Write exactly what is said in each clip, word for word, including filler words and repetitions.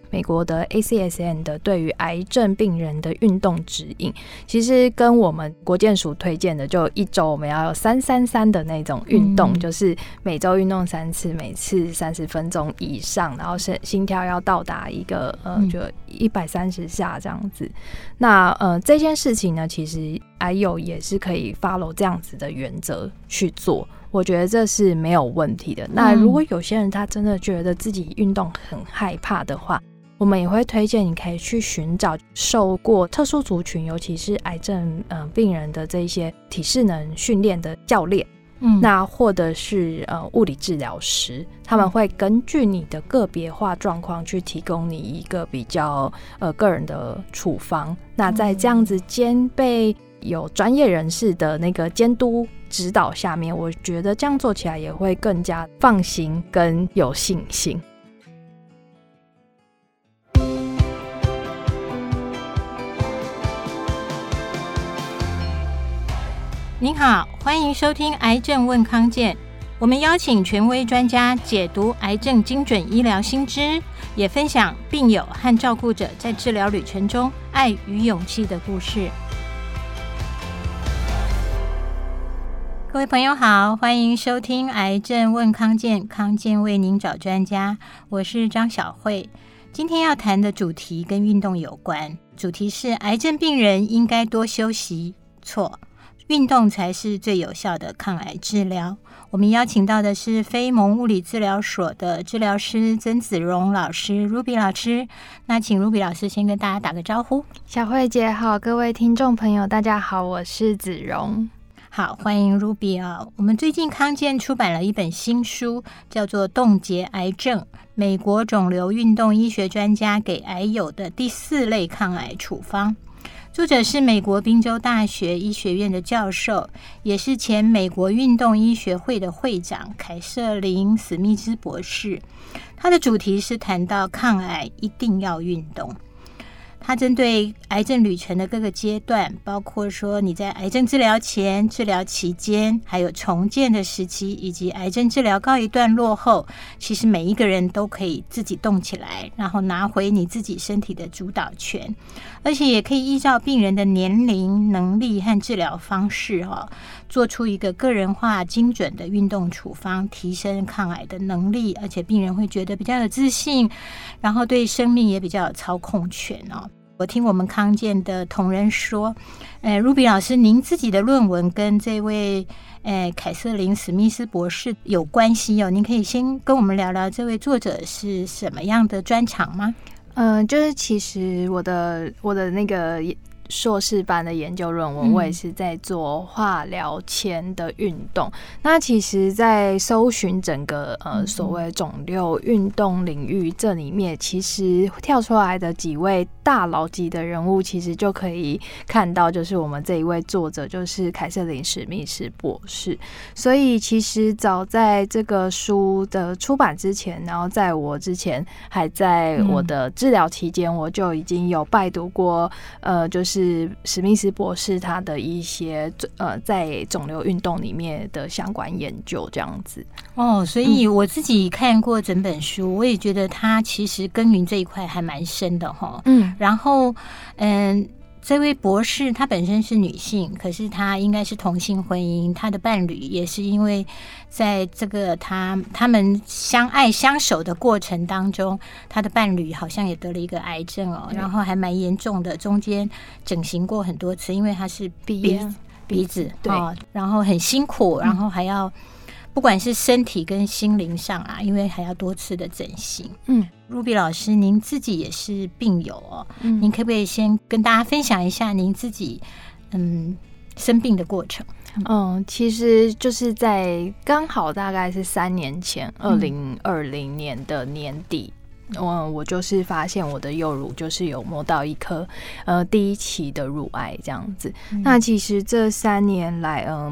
美国的 A C S N 的对于癌症病人的运动指引，其实跟我们国健署推荐的就一周我们要有三三三的那种运动、嗯、就是每周运动三次，每次三十分钟以上，然后是心跳要到达一个呃就一百三十下这样子。那呃这件事情呢，其实癌友也是可以 follow 这样子的原则去做，我觉得这是没有问题的。那如果有些人他真的觉得自己运动很害怕的话，我们也会推荐你可以去寻找受过特殊族群，尤其是癌症、呃、病人的这些体适能训练的教练，嗯，那或者是呃物理治疗师，他们会根据你的个别化状况去提供你一个比较呃个人的处方。那在这样子兼备有专业人士的那个监督指导下面，我觉得这样做起来也会更加放心跟有信心。 您好，欢迎收听癌症问康健，我们邀请权威专家解读癌症精准医疗新知，也分享病友和照顾者在治疗旅程中爱与勇气的故事。各位朋友好，欢迎收听癌症问康健，康健为您找专家，我是张晓慧。今天要谈的主题跟运动有关，主题是癌症病人应该多休息。错，运动才是最有效的抗癌治疗。我们邀请到的是非盟物理治疗所的治疗师曾子荣老师 Ruby 老师，那请 Ruby 老师先跟大家打个招呼。 小慧姐好，各位听众朋友大家好，我是子荣。 好，欢迎 Ruby 啊！我们最近康健出版了一本新书，叫做《冻结癌症：美国肿瘤运动医学专家给癌友的第四类抗癌处方》。作者是美国宾州大学医学院的教授，也是前美国运动医学会的会长凯瑟琳·史密斯博士。他的主题是谈到抗癌一定要运动。他针对癌症旅程的各个阶段，包括说你在癌症治疗前、治疗期间，还有重建的时期，以及癌症治疗告一段落后，其实每一个人都可以自己动起来，然后拿回你自己身体的主导权，而且也可以依照病人的年龄、能力和治疗方式、哦、做出一个个人化精准的运动处方，提升抗癌的能力，而且病人会觉得比较有自信，然后对生命也比较有操控权哦。我听我们康健的同仁说，呃，Ruby 老师，您自己的论文跟这位呃凯瑟琳·史密斯博士有关系哦，您可以先跟我们聊聊这位作者是什么样的专长吗？ 嗯、呃，就是其实我的我的那个硕士班的研究论文，我也是在做化疗前的运动、嗯、那其实在搜寻整个呃所谓肿瘤运动领域，这里面其实跳出来的几位大佬级的人物，其实就可以看到就是我们这一位作者就是凯瑟琳·史密斯博士。所以其实早在这个书的出版之前，然后在我之前还在我的治疗期间、嗯、我就已经有拜读过呃就是是史密斯博士他的一些呃在肿瘤运动里面的相关研究这样子哦，所以我自己看过整本书、嗯、我也觉得他其实耕耘这一块还蛮深的哈。嗯，然后嗯。这位博士她本身是女性，可是她应该是同性婚姻，她的伴侣也是因为在这个他他们相爱相守的过程当中，她的伴侣好像也得了一个癌症哦，然后还蛮严重的，中间整形过很多次，因为她是鼻鼻子对、哦，然后很辛苦，然后还要不管是身体跟心灵上啊，因为还要多次的整形。嗯，Ruby 老师，您自己也是病友哦，嗯、您可不可以先跟大家分享一下您自己嗯生病的过程？ 嗯，其实就是在刚好大概是三年前，二零二零年的年底。嗯，我就是发现我的右乳就是有摸到一颗呃第一期的乳癌这样子、嗯。那其实这三年来，嗯，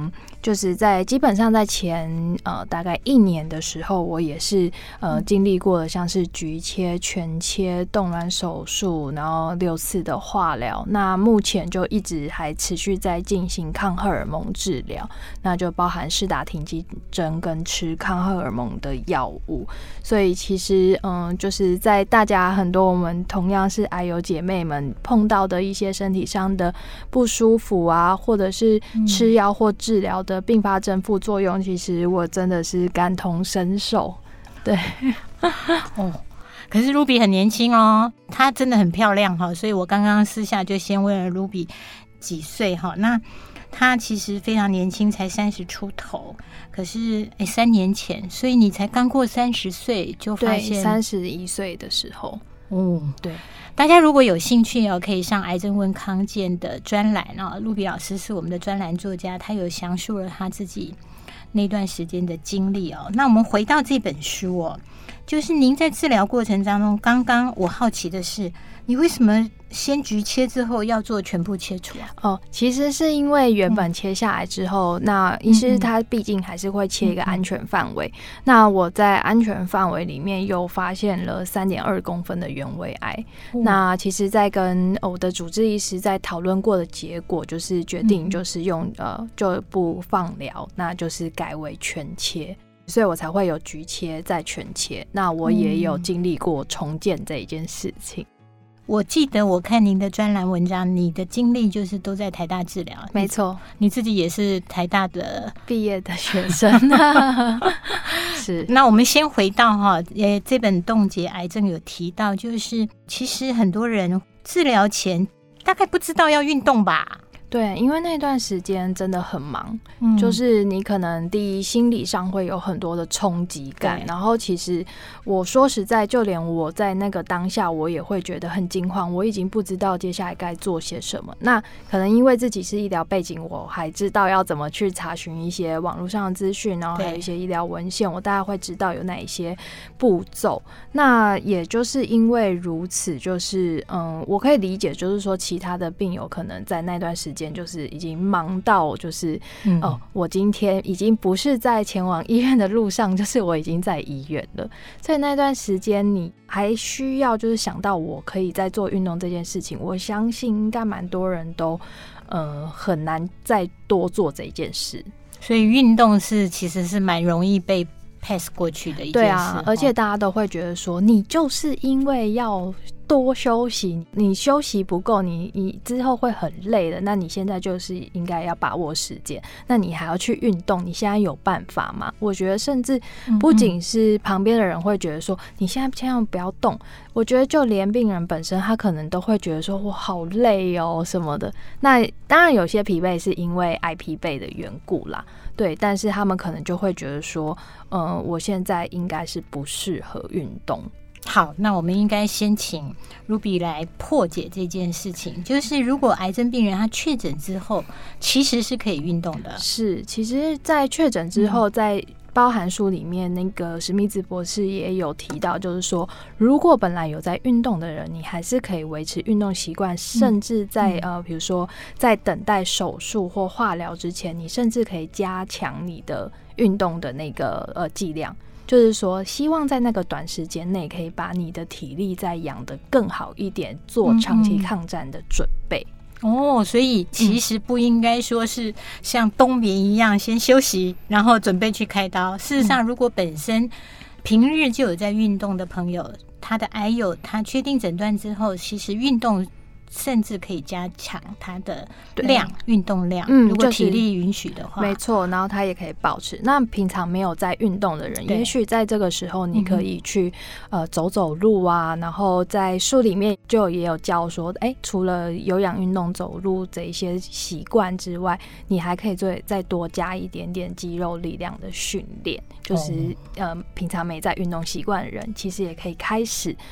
就是在基本上在前呃大概一年的时候，我也是呃经历过了像是局切、全切、冻卵手术，然后六次的化疗。那目前就一直还持续在进行抗荷尔蒙治疗，那就包含施打停经针跟吃抗荷尔蒙的药物。所以其实嗯，就是在大家很多我们同样是癌友姐妹们碰到的一些身体上的不舒服啊，或者是吃药或治疗的并发症副作用，其实我真的是感同身受。对哦，可是 Ruby 很年轻哦，她真的很漂亮哈，所以我刚刚私下就先问了 Ruby 几岁哈，那她其实非常年轻，才三十出头，可是哎，三年前，所以你才刚过三十岁就发现三十一岁的时候。 哦， 对， 大家如果有兴趣哦，可以上癌症问康健的专栏哦。露比老师是我们的专栏作家，他有详述了他自己那段时间的经历哦。那我们回到这本书哦，就是您在治疗过程当中，刚刚我好奇的是，你为什么先局切之后要做全部切除啊？ 哦，其实是因为原本切下来之后，嗯、那医师他毕竟还是会切一个安全范围。嗯、那我在安全范围里面又发现了三点二公分的原位癌。嗯、那其实，在跟我的主治医师在讨论过的结果，就是决定就是用、嗯、呃就不放疗，那就是改为全切。所以我才会有局切再全切。那我也有经历过重建这一件事情。嗯， 我记得我看您的专栏文章，你的经历就是都在台大治疗。 没错， 你自己也是台大的毕业的学生。是。 那我们先回到哈，呃，这本《冻结癌症》有提到，就是其实很多人治疗前大概不知道要运动吧。 对，因为那段时间真的很忙，嗯、就是你可能第一心理上会有很多的冲击感，然后其实我说实在，就连我在那个当下，我也会觉得很惊慌，我已经不知道接下来该做些什么。那可能因为自己是医疗背景，我还知道要怎么去查询一些网络上的资讯，然后还有一些医疗文献，我大概会知道有哪一些步骤。那也就是因为如此，就是嗯，我可以理解，就是说其他的病友可能在那段时间就是已经忙到就是、嗯、哦，我今天已经不是在前往医院的路上，就是我已经在医院了。所以那段时间你还需要就是想到我可以在做运动这件事情，我相信应该蛮多人都呃很难再多做这件事。 所以运动是其实是蛮容易被 pass 过去的一件事。 对啊，而且大家都会觉得说你就是因为要多休息，你休息不够，你你之后会很累的。那你现在就是应该要把握时间，那你还要去运动，你现在有办法吗？我觉得甚至不仅是旁边的人会觉得说你现在千万不要动，我觉得就连病人本身他可能都会觉得说我好累哦什么的。那当然有些疲惫是因为爱疲惫的缘故啦，对，但是他们可能就会觉得说嗯、呃，我现在应该是不适合运动。 好，那我们应该先请 Ruby 来破解这件事情，就是如果癌症病人他确诊之后其实是可以运动的。 是，其实在确诊之后、嗯、在包含书里面那个史密兹博士也有提到，就是说如果本来有在运动的人，你还是可以维持运动习惯，甚至在、嗯、呃，比如说在等待手术或化疗之前，你甚至可以加强你的运动的那个呃剂量，就是说希望在那个短时间内可以把你的体力再养得更好一点，做长期抗战的准备。 嗯、哦，所以其实不应该说是像冬眠一样先休息然后准备去开刀。事实上如果本身平日就有在运动的朋友，他的癌友他确定诊断之后，其实运动甚至可以加强它的量，运动量、嗯、如果体力允许的话、 就是、没错，然后它也可以保持。那平常没有在运动的人，也许在这个时候你可以去、嗯、呃走走路啊，然后在书里面就也有教说哎，除了有氧运动走路这一些习惯之外，你还可以再再多加一点点肌肉力量的训练，就是、哦、呃平常没在运动习惯的人其实也可以开始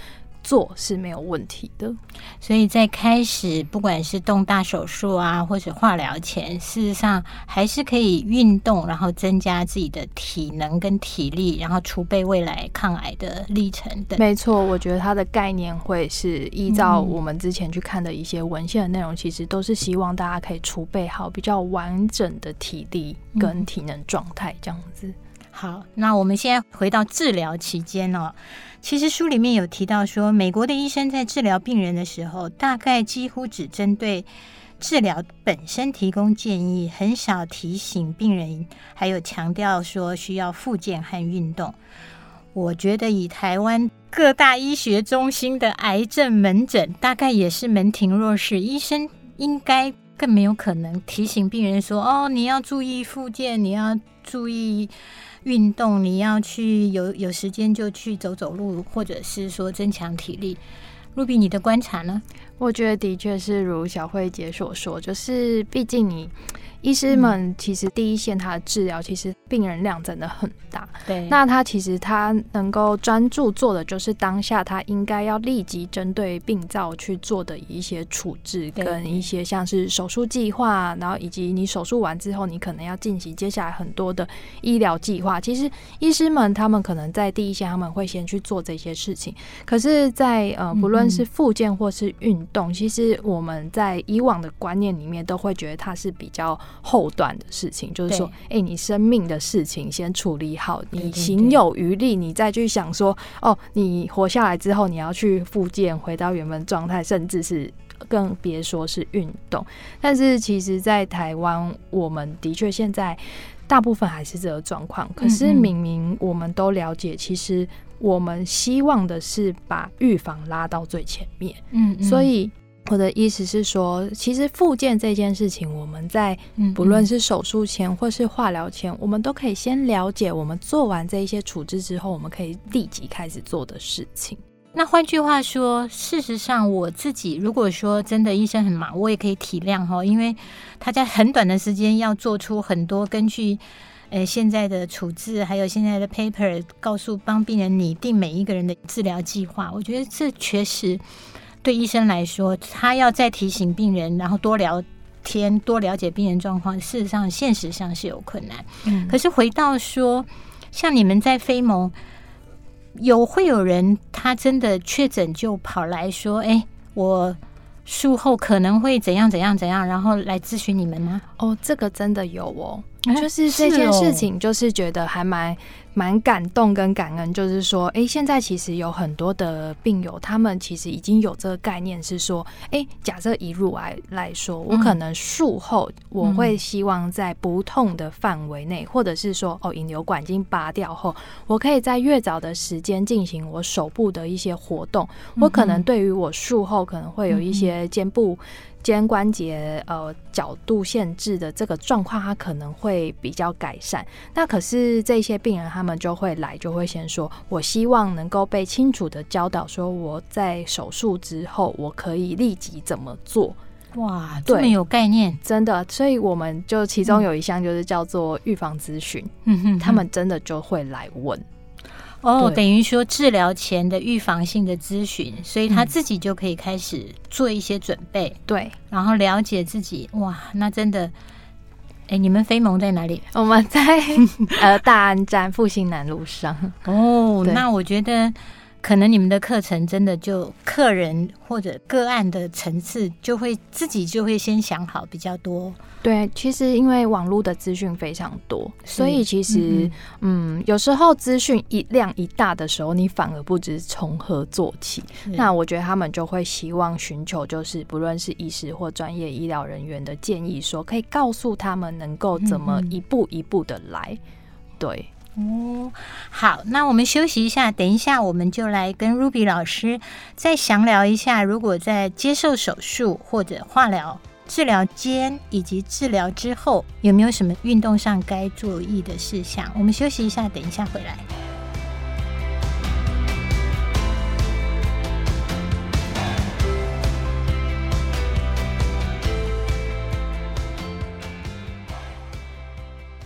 做是没有问题的。 所以在开始不管是动大手术啊或者化疗前，事实上还是可以运动，然后增加自己的体能跟体力，然后储备未来抗癌的历程的。 没错，我觉得它的概念会是依照我们之前去看的一些文献的内容、嗯、其实都是希望大家可以储备好比较完整的体力跟体能状态这样子、嗯。 好，那我们现在回到治疗期间哦。其实书里面有提到说，美国的医生在治疗病人的时候，大概几乎只针对治疗本身提供建议，很少提醒病人，还有强调说需要复健和运动。我觉得以台湾各大医学中心的癌症门诊，大概也是门庭若市，医生应该更没有可能提醒病人说，哦，你要注意复健，你要注意运动，你要去有有时间就去走走路，或者是说增强体力。Ruby， 你的观察呢？ 我觉得的确是如小慧姐所说，就是毕竟你医师们其实第一线他的治疗，其实病人量真的很大。 对， 那他其实他能够专注做的就是当下他应该要立即针对病灶去做的一些处置，跟一些像是手术计划，然后以及你手术完之后你可能要进行接下来很多的医疗计划。其实医师们他们可能在第一线他们会先去做这些事情，可是在呃不论是复健或是运动、嗯、其实我们在以往的观念里面都会觉得它是比较后段的事情，就是说哎、欸，你生命的事情先处理好，你行有余力你再去想说哦，你活下来之后你要去复健回到原本状态，甚至是更别说是运动。但是其实在台湾我们的确现在大部分还是这个状况，可是明明我们都了解，其实我们希望的是把预防拉到最前面。嗯嗯，所以我的意思是说，其实复健这件事情，我们在不论是手术前或是化疗前，我们都可以先了解，我们做完这一些处置之后，我们可以立即开始做的事情。 那换句话说，事实上我自己如果说真的医生很忙，我也可以体谅齁，因为他在很短的时间要做出很多根据呃现在的处置还有现在的 paper 告诉帮病人拟定每一个人的治疗计划，我觉得这确实对医生来说，他要再提醒病人然后多聊天多了解病人状况，事实上现实上是有困难、嗯、可是回到说像你们在飞盟有会有人他真的确诊就跑来说，哎、欸，我术后可能会怎样怎样怎样，然后来咨询你们吗？ 哦，这个真的有哦，就是这件事情，就是觉得还蛮蛮感动跟感恩，就是说，哎、欸，现在其实有很多的病友，他们其实已经有这个概念，是说，哎、欸，假设以乳癌来说，我可能术后我会希望在不痛的范围内、嗯，或者是说，哦，引流管已经拔掉后，我可以在越早的时间进行我手部的一些活动，我可能对于我术后可能会有一些肩部。肩关节呃角度限制的这个状况，它可能会比较改善。那可是这些病人他们就会来，就会先说，我希望能够被清楚的教导，说我在手术之后，我可以立即怎么做。 哇，这么有概念， 真的。所以我们就其中有一项就是叫做预防咨询、嗯，他们真的就会来问。 哦，等于说治疗前的预防性的咨询，所以他自己就可以开始做一些准备， 对、嗯， 然后了解自己。哇，那真的，哎，你们飞盟在哪里？ 我们在呃大安站复兴南路上。 哦，那我觉得可能你们的课程真的就客人或者个案的层次，就会自己就会先想好比较多。 对，其实因为网络的资讯非常多，所以其实 嗯, 嗯，有时候资讯一量一大的时候，你反而不知从何做起。那我觉得他们就会希望寻求，就是不论是医师或专业医疗人员的建议，说可以告诉他们能够怎么一步一步的来。嗯、对。 哦，好，那我们休息一下，等一下我们就来跟 Ruby 老师再详聊一下，如果在接受手术或者化疗治疗间以及治疗之后，有没有什么运动上该注意的事项？我们休息一下，等一下回来。欢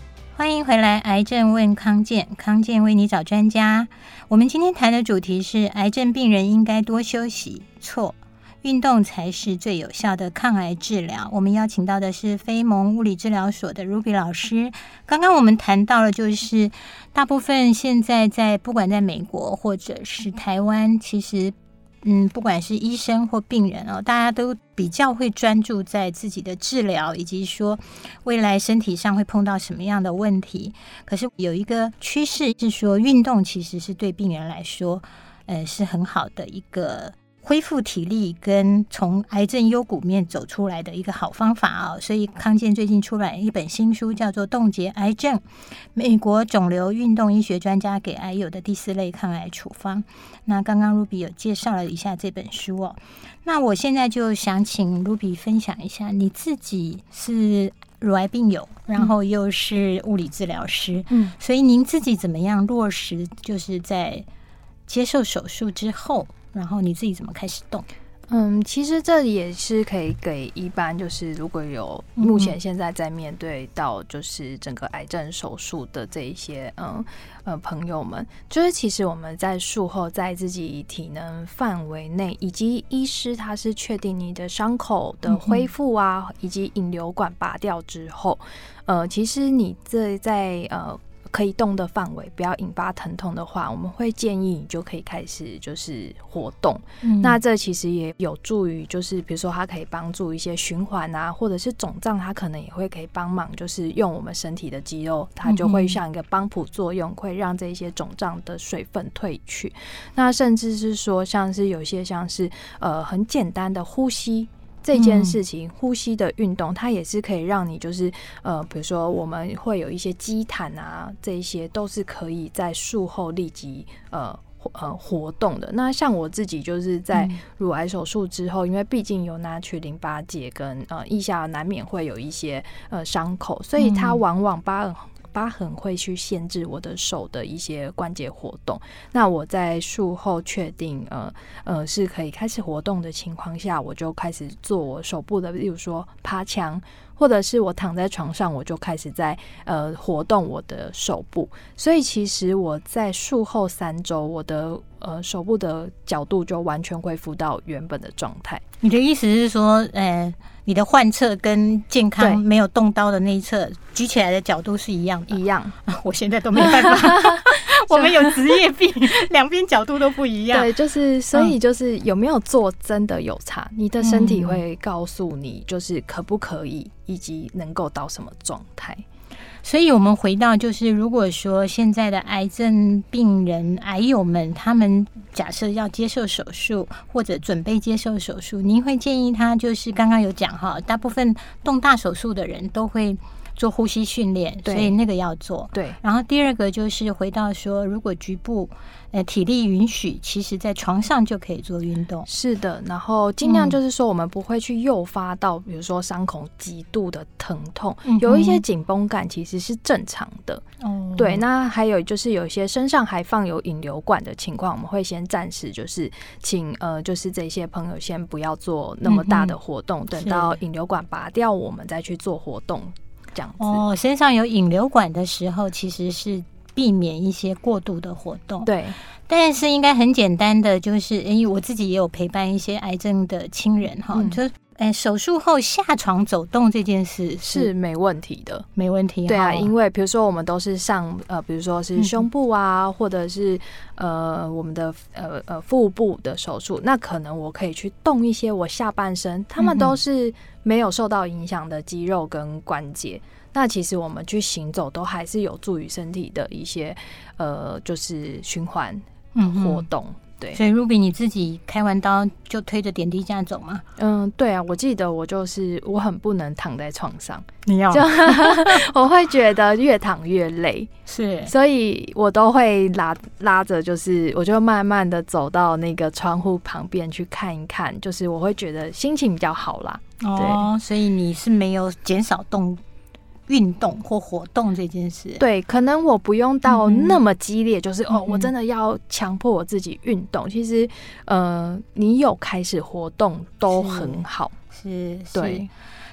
欢迎回来，癌症问康健，康健为你找专家。我们今天谈的主题是癌症病人应该多休息，错，运动才是最有效的抗癌治疗。我们邀请到的是飞盟物理治疗所的 Ruby 老师。刚刚我们谈到了，就是大部分现在在不管在美国或者是台湾，其实嗯，不管是医生或病人哦，大家都比较会专注在自己的治疗，以及说未来身体上会碰到什么样的问题。可是有一个趋势是说，运动其实是对病人来说，呃，是很好的一个恢复体力跟从癌症幽谷面走出来的一个好方法哦。所以康健最近出版一本新书，叫做《冻结癌症：美国肿瘤运动医学专家给癌友的第四类抗癌处方》。那刚刚 Ruby 有介绍了一下这本书哦。那我现在就想请 Ruby 分享一下，你自己是乳癌病友，然后又是物理治疗师，嗯，所以您自己怎么样落实，就是在接受手术之后，然后你自己怎么开始动？ 嗯，其实这也是可以给一般就是如果有目前现在在面对到就是整个癌症手术的这一些嗯呃朋友们，就是其实我们在术后在自己体能范围内，以及医师他是确定你的伤口的恢复啊，以及引流管拔掉之后，呃，其实你这在呃。可以动的范围不要引发疼痛的话，我们会建议你就可以开始就是活动、嗯、那这其实也有助于就是比如说它可以帮助一些循环啊，或者是肿胀它可能也会可以帮忙，就是用我们身体的肌肉，它就会像一个帮浦作用，会让这些肿胀的水分退去。那甚至是说像是有些像是呃很简单的呼吸这件事情，呼吸的运动，它也是可以让你就是呃，比如说我们会有一些肌毯啊，这一些都是可以在术后立即呃呃活动的。那像我自己就是在乳癌手术之后，因为毕竟有拿去淋巴结跟呃腋下难免会有一些呃伤口，所以它往往疤疤痕会去限制我的手的一些关节活动。那我在术后确定呃呃是可以开始活动的情况下，我就开始做我手部的，例如说爬墙，或者是我躺在床上，我就开始在呃活动我的手部。所以其实我在术后三周，我的呃手部的角度就完全恢复到原本的状态。 你的意思是说，呃，你的患侧跟健康没有动刀的那一侧举起来的角度是一样的？ 一样。 啊、我现在都没办法。我们有职业病，两边角度都不一样。 对，就是所以就是有没有做真的有差，你的身体会告诉你就是可不可以，以及能够到什么状态。 所以我们回到就是如果说现在的癌症病人癌友们，他们假设要接受手术或者准备接受手术，您会建议他就是刚刚有讲哈，大部分动大手术的人都会做呼吸训练，所以那个要做。 对。 然后第二个就是回到说，如果局部呃体力允许，其实在床上就可以做运动。 是的，然后尽量就是说，我们不会去诱发到，比如说伤口极度的疼痛，嗯、有一些紧绷感其实是正常的。哦。对，那还有就是有一些身上还放有引流管的情况，我们会先暂时就是请呃，就是这些朋友先不要做那么大的活动，嗯、等到引流管拔掉，我们再去做活动。 哦，身上有引流管的时候，其实是避免一些过度的活动。 对， 但是应该很简单的，就是因为我自己也有陪伴一些癌症的亲人哈，嗯、就哎手术后下床走动这件事 是, 是没问题的， 没问题。 对啊，因为比如说我们都是上呃，比如说是胸部啊，嗯、或者是呃我们的呃呃腹部的手术，那可能我可以去动一些我下半身，他们都是没有受到影响的肌肉跟关节。那其实我们去行走都还是有助于身体的一些呃，就是循环活动。嗯、对， 所以 Ruby 你自己开完刀就推着点滴架走吗？ 嗯，对啊，我记得我就是我很不能躺在床上， 你要就我会觉得越躺越累， 是， 所以我都会拉拉着，就是我就慢慢的走到那个窗户旁边去看一看，就是我会觉得心情比较好啦。 哦，所以你是没有减少动运动或活动这件事？ 对，可能我不用到那么激烈，嗯、就是哦，我真的要强迫我自己运动。其实，呃，你有开始活动都很好。 是， 对。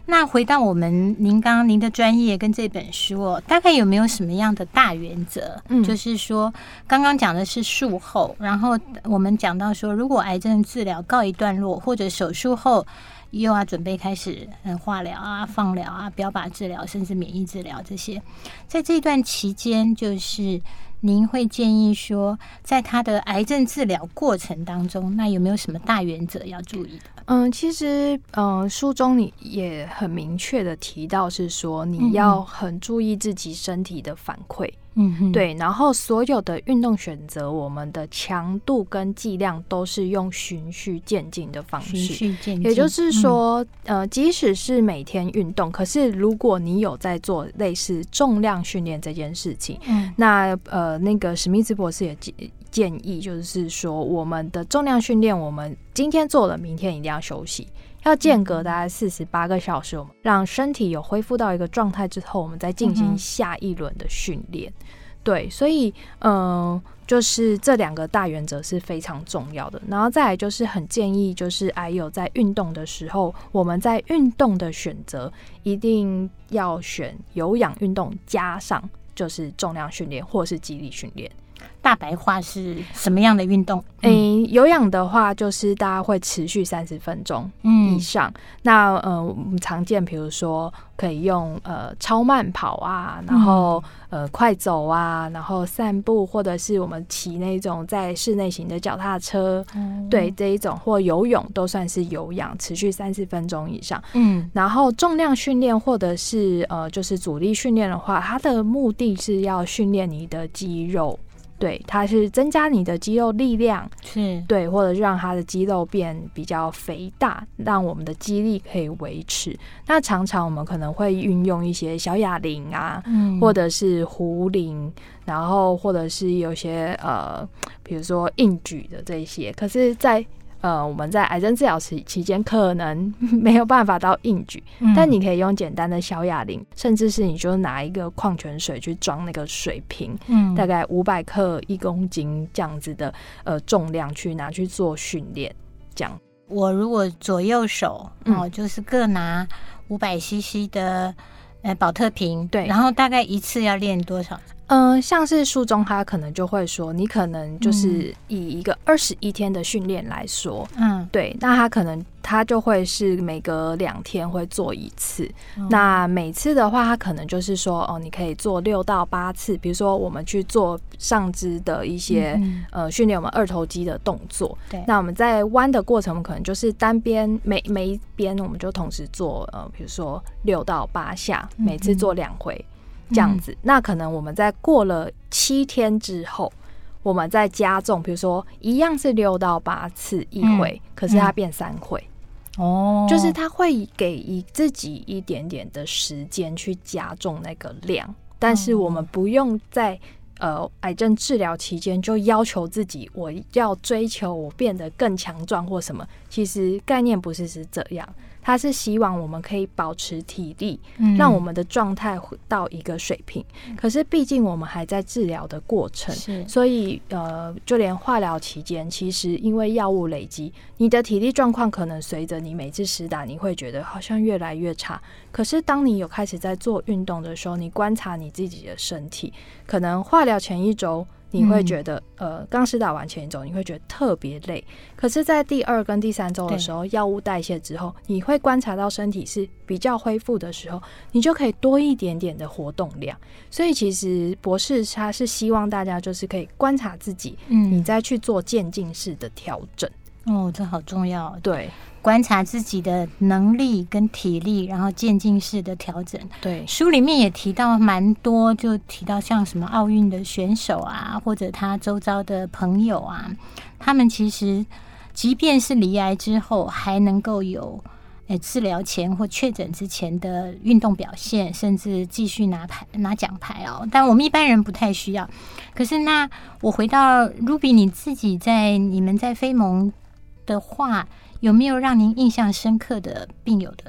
那回到我们您刚刚您的专业跟这本书哦，大概有没有什么样的大原则？嗯，就是说刚刚讲的是术后，然后我们讲到说，如果癌症治疗告一段落，或者手术后又要准备开始嗯化疗啊、放疗啊、标靶治疗，甚至免疫治疗这些，在这段期间，就是您会建议说，在他的癌症治疗过程当中，那有没有什么大原则要注意的？ 嗯，其实，嗯，书中你也很明确的提到是说，你要很注意自己身体的反馈，嗯哼，对，然后所有的运动选择，我们的强度跟剂量都是用循序渐进的方式，循序渐进，也就是说，嗯、呃，即使是每天运动，可是如果你有在做类似重量训练这件事情，嗯，那呃，那个史密斯博士也建议就是说，我们的重量训练，我们今天做了，明天一定要休息，要间隔大概四十八个小时，我们让身体有恢复到一个状态之后，我们再进行下一轮的训练。嗯、对，所以嗯、呃，就是这两个大原则是非常重要的。然后再来就是很建议，就是癌友在运动的时候，我们在运动的选择一定要选有氧运动加上就是重量训练或是肌力训练。 大白话是什么样的运动？ 嗯欸、有氧的话，就是大家会持续三十分钟以上。嗯、那呃，我们常见，比如说可以用呃超慢跑啊，然后、嗯、呃快走啊，然后散步，或者是我们骑那种在室内型的脚踏车，嗯、对这一种或游泳都算是有氧，持续三十分钟以上。嗯，然后重量训练或者是呃就是阻力训练的话，它的目的是要训练你的肌肉。对，它是增加你的肌肉力量，是对，或者让它的肌肉变比较肥大，让我们的肌力可以维持。那常常我们可能会运用一些小哑铃啊，嗯、或者是壶铃，然后或者是有些呃，比如说硬举的这些。可是，在呃，我们在癌症治疗期期间可能没有办法到硬举，嗯、但你可以用简单的小哑铃，甚至是你就拿一个矿泉水去装那个水瓶，嗯、大概五百克一公斤这样子的呃重量去拿去做训练，这样。 我如果左右手、嗯、哦，就是各拿五百 C C 的呃保特瓶，对，然后大概一次要练多少？ 嗯、呃，像是书中他可能就会说，你可能就是以一个二十一天的训练来说，嗯，对，那他可能他就会是每隔两天会做一次，嗯、那每次的话，他可能就是说，哦，你可以做六到八次，比如说我们去做上肢的一些、嗯、呃训练我们二头肌的动作，对，那我们在弯的过程，我们可能就是单边每每一边我们就同时做，呃，比如说六到八下，每次做两回。嗯这样子，那可能我们在过了七天之后，我们再加重，比如说一样是六到八次一回，嗯、可是它变三回。哦，就是它会给一自己一点点的时间去加重那个量，但是我们不用在呃癌症治疗期间就要求自己我要追求我变得更强壮或什么，其实概念不是是这样。他是希望我们可以保持体力，嗯、让我们的状态到一个水平。嗯、可是毕竟我们还在治疗的过程，所以呃，就连化疗期间，其实因为药物累积，你的体力状况可能随着你每次施打，你会觉得好像越来越差。可是当你有开始在做运动的时候，你观察你自己的身体，可能化疗前一周。你会觉得，嗯、呃，刚施打完前一周，你会觉得特别累。可是，在第二跟第三周的时候，药物代谢之后，你会观察到身体是比较恢复的时候，你就可以多一点点的活动量。所以，其实博士他是希望大家就是可以观察自己，嗯，你再去做渐进式的调整。 哦，这好重要。 对。 观察自己的能力跟体力，然后渐进式的调整。 对， 书里面也提到蛮多，就提到像什么奥运的选手啊，或者他周遭的朋友啊，他们其实即便是罹癌之后，还能够有呃治疗前或确诊之前的运动表现，甚至继续拿牌拿奖牌哦。但我们一般人不太需要。可是那我回到 Ruby， 你自己在你们在非盟的话。有没有让您印象深刻的病友的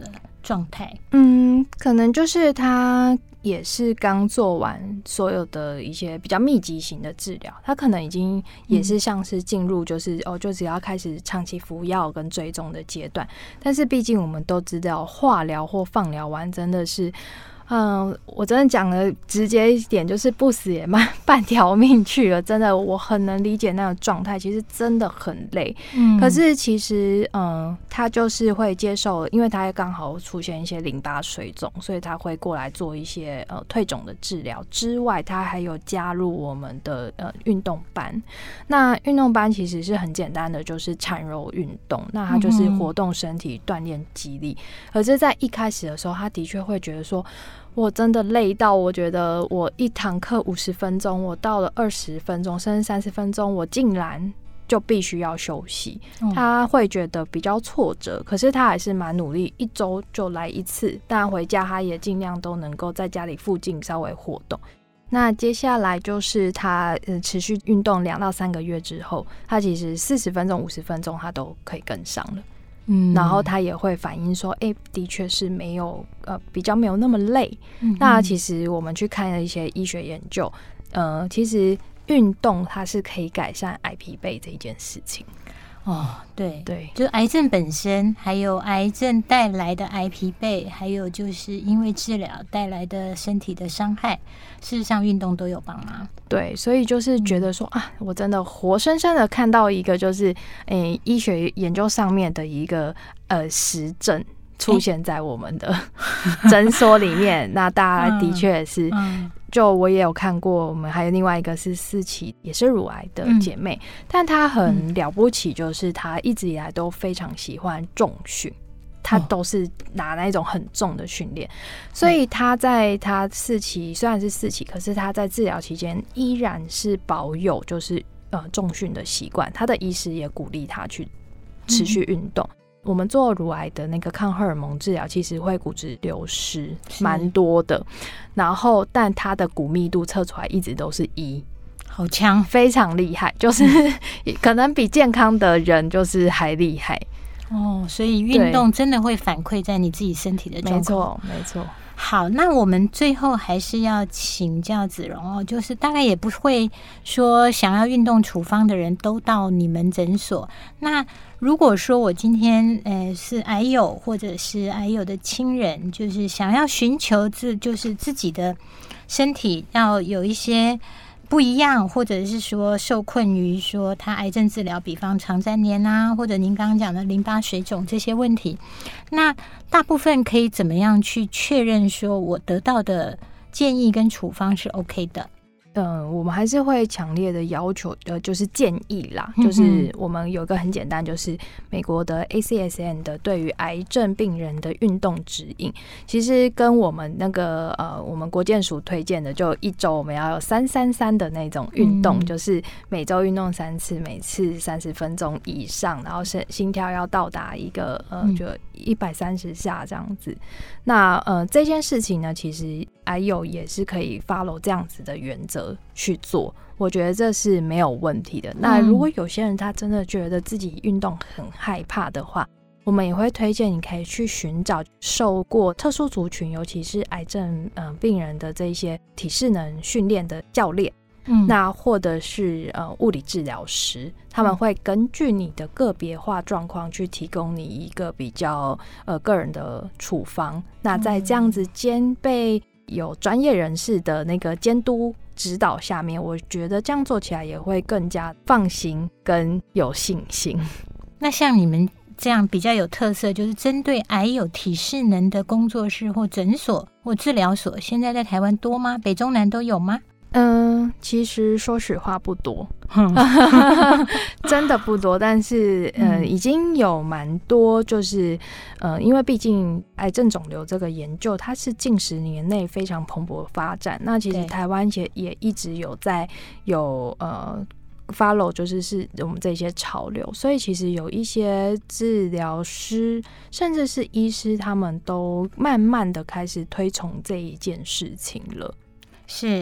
状态？ 嗯，可能就是他也是刚做完所有的一些比较密集型的治疗，他可能已经也是像是进入就是、嗯、哦，就只要开始长期服药跟追踪的阶段。但是毕竟我们都知道，化疗或放疗完真的是。嗯，我真的讲的直接一点，就是不死也慢半条命去了。真的，我很能理解那种状态，其实真的很累。嗯，可是其实，嗯，他就是会接受，因为他刚好出现一些淋巴水肿，所以他会过来做一些呃退肿的治疗。之外，他还有加入我们的呃运动班。那运动班其实是很简单的，就是缠柔运动。那他就是活动身体、锻炼肌力。可是，在一开始的时候，他的确会觉得说。我真的累到，我觉得我一堂课五十分钟，我到了二十分钟甚至三十分钟，我竟然就必须要休息。嗯、他会觉得比较挫折，可是他还是蛮努力，一周就来一次。但回家他也尽量都能够在家里附近稍微活动。那接下来就是他、呃、持续运动两到三个月之后，他其实四十分钟、五十分钟他都可以跟上了。嗯，然后他也会反映说，哎、欸，的确是没有呃比较没有那么累。嗯、那其实我们去看了一些医学研究，呃，其实运动它是可以改善癌疲惫这一件事情。 哦，对对， 就是癌症本身，还有癌症带来的癌疲惫，还有就是因为治疗带来的身体的伤害，事实上运动都有帮忙。 对，所以就是觉得说、嗯、啊，我真的活生生的看到一个就是诶、欸、医学研究上面的一个呃实证出现在我们的诊所里面。欸、那大家的确是。嗯嗯就我也有看过，我们还有另外一个是四期，也是乳癌的姐妹，嗯、但她很了不起，就是她一直以来都非常喜欢重训，她都是拿那种很重的训练，哦、所以她在她四期虽然是四期，可是她在治疗期间依然是保有就是呃重训的习惯，她的医师也鼓励她去持续运动。嗯我们做乳癌的那个抗荷尔蒙治疗，其实会骨质流失蛮多的，然后但它的骨密度测出来一直都是一， 好强， 非常厉害，就是可能比健康的人就是还厉害哦。所以运动真的会反馈在你自己身体的状况， 没错没错。 好，那我们最后还是要请教子荣哦，就是大概也不会说想要运动处方的人都到你们诊所。那如果说我今天呃是癌友或者是癌友的亲人，就是想要寻求自就是自己的身体要有一些不一样，或者是说受困于说他癌症治疗，比方肠粘连啊，或者您刚刚讲的淋巴水肿这些问题，那大部分可以怎么样去确认说我得到的建议跟处方是 OK 的？ 嗯，我们还是会强烈的要求，呃，就是建议啦，就是我们有一个很简单，就是美国的 A C S N 的对于癌症病人的运动指引，其实跟我们那个呃，我们国健署推荐的，就一周我们要有三三三的那种运动，嗯、就是每周运动三次，每次三十分钟以上，然后心跳要到达一个呃，就一百三十下这样子。那呃，这件事情呢，其实癌友也是可以 follow 这样子的原则去做，我觉得这是没有问题的。那如果有些人他真的觉得自己运动很害怕的话，我们也会推荐你可以去寻找受过特殊族群，尤其是癌症、呃、病人的这些体适能训练的教练。嗯、那或者是呃物理治疗师，他们会根据你的个别化状况去提供你一个比较呃个人的处方。那在这样子兼备有专业人士的那个监督指导下面，我觉得这样做起来也会更加放心跟有信心。 那像你们这样比较有特色，就是针对癌友体适能的工作室或诊所或治疗所，现在在台湾多吗？北中南都有吗？ 嗯，其实说实话不多，真的不多。但是，呃，已经有蛮多，就是呃，因为毕竟癌症肿瘤这个研究，它是近十年内非常蓬勃发展。那其实台湾也也一直有在有呃 follow， 就是是我们这些潮流。所以其实有一些治疗师，甚至是医师，他们都慢慢的开始推崇这一件事情了。 是。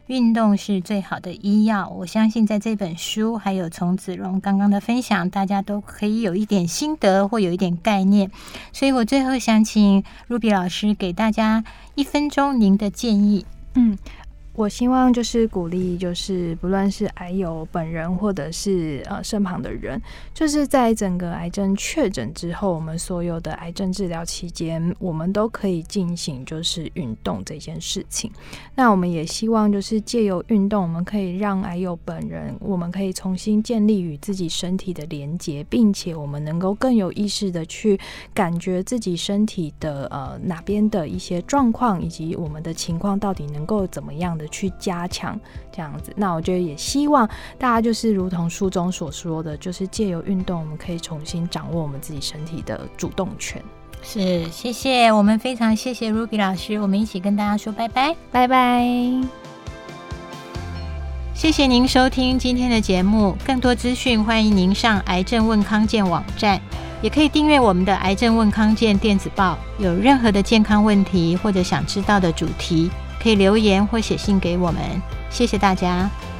运动是最好的医药。我相信在这本书还有从子荣刚刚的分享，大家都可以有一点心得或有一点概念。所以我最后想请 Ruby 老师给大家一分钟您的建议。 嗯，我希望就是鼓励，就是不论是癌友本人或者是呃身旁的人，就是在整个癌症确诊之后，我们所有的癌症治疗期间，我们都可以进行就是运动这件事情。那我们也希望就是借由运动，我们可以让癌友本人，我们可以重新建立与自己身体的连结，并且我们能够更有意识的去感觉自己身体的呃哪边的一些状况，以及我们的情况到底能够怎么样的去加强这样子。那我觉得也希望大家就是如同书中所说的，就是借由运动我们可以重新掌握我们自己身体的主动权。 是，谢谢，我们非常谢谢 Ruby 老师，我们一起跟大家说拜拜， 拜拜。 谢谢您收听今天的节目，更多资讯欢迎您上癌症问康健网站，也可以订阅我们的癌症问康健电子报。有任何的健康问题或者想知道的主题，可以留言或写信给我们。谢谢大家。